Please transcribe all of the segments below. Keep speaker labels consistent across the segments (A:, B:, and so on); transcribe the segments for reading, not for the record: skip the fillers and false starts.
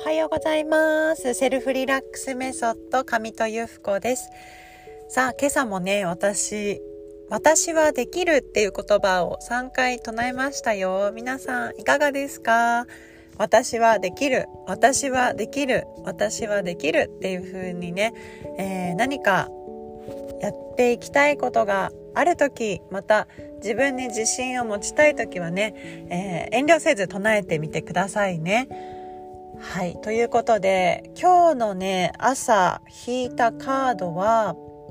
A: はようございます。セルフリラックスメソッド上戸由布子です。さあ、今朝もね、私はできるっていう言葉を3回唱えましたよ。皆さんいかがですか？私はできる、私はできる、私はできるっていう風にね、何かやっていきたいことがあるとき、また自分に自信を持ちたいときはね、遠慮せず唱えてみてくださいね。はい、ということで今日のね、朝引いたカードは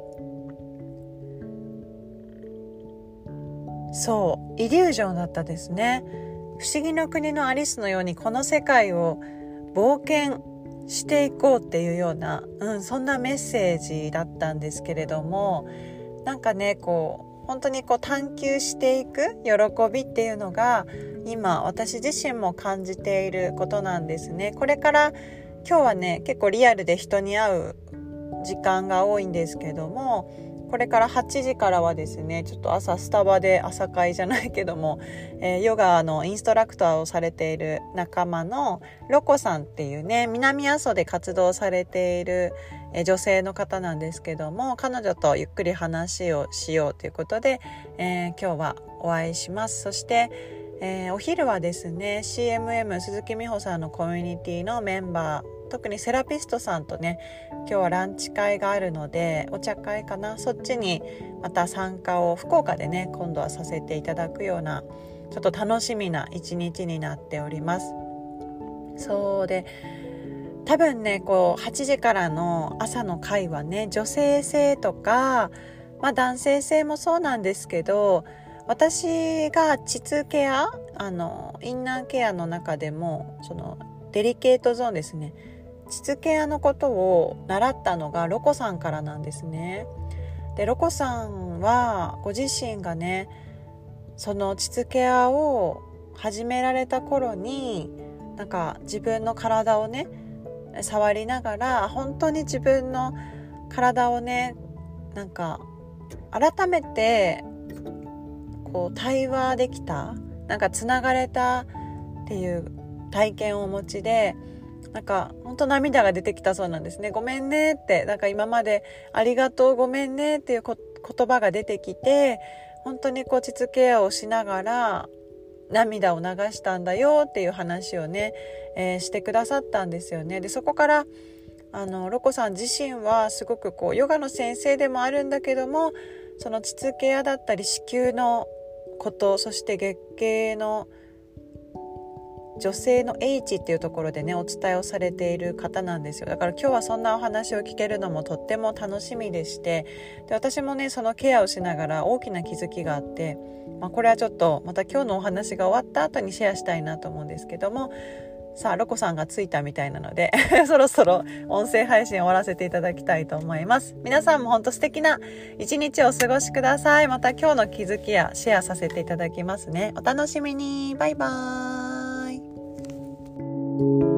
A: イリュージョンだったですね。不思議の国のアリスのようにこの世界を冒険していこうっていうような、そんなメッセージだったんですけれども、なんかね、本当に探求していく喜びっていうのが今私自身も感じていることなんですね。これから今日はね、結構リアルで人に会う時間が多いんですけども、これから8時からはですね、ちょっと朝スタバで朝会じゃないけども、ヨガのインストラクターをされている仲間のロコさんっていうね、南阿蘇で活動されている女性の方なんですけども、彼女とゆっくり話をしようということで、今日はお会いします。そして、お昼はですね、 CMM 鈴木美穂さんのコミュニティのメンバー、特にセラピストさんとね、今日はランチ会があるので、お茶会かな、そっちにまた参加を福岡でね、今度はさせていただくような、ちょっと楽しみな一日になっております。そうで、多分ね、8時からの朝の会はね、女性性とか、男性性もそうなんですけど、私が膣ケア、インナーケアの中でもそのデリケートゾーンですね、膣ケアのことを習ったのがロコさんからなんですね。で、ロコさんはご自身がね、その膣ケアを始められた頃に、なんか自分の体をね、触りながら、本当に自分の体をね、なんか改めて対話できた、なんかつながれたっていう体験をお持ちで、なんか本当涙が出てきたそうなんですね。ごめんねって、なんか今までありがとう、ごめんねっていう言葉が出てきて、本当に膣ケアをしながら涙を流したんだよっていう話をね、してくださったんですよね。で、そこからロコさん自身はすごくヨガの先生でもあるんだけども、その膣ケアだったり子宮のこと、そして月経の女性の H っていうところでね、お伝えをされている方なんですよ。だから今日はそんなお話を聞けるのもとっても楽しみでして、で、私もね、そのケアをしながら大きな気づきがあって、これはちょっとまた今日のお話が終わった後にシェアしたいなと思うんですけども、さあ、ロコさんが着いたみたいなのでそろそろ音声配信終わらせていただきたいと思います。皆さんも本当素敵な一日をお過ごしください。また今日の気づきやシェアさせていただきますね。お楽しみに。バイバーイ。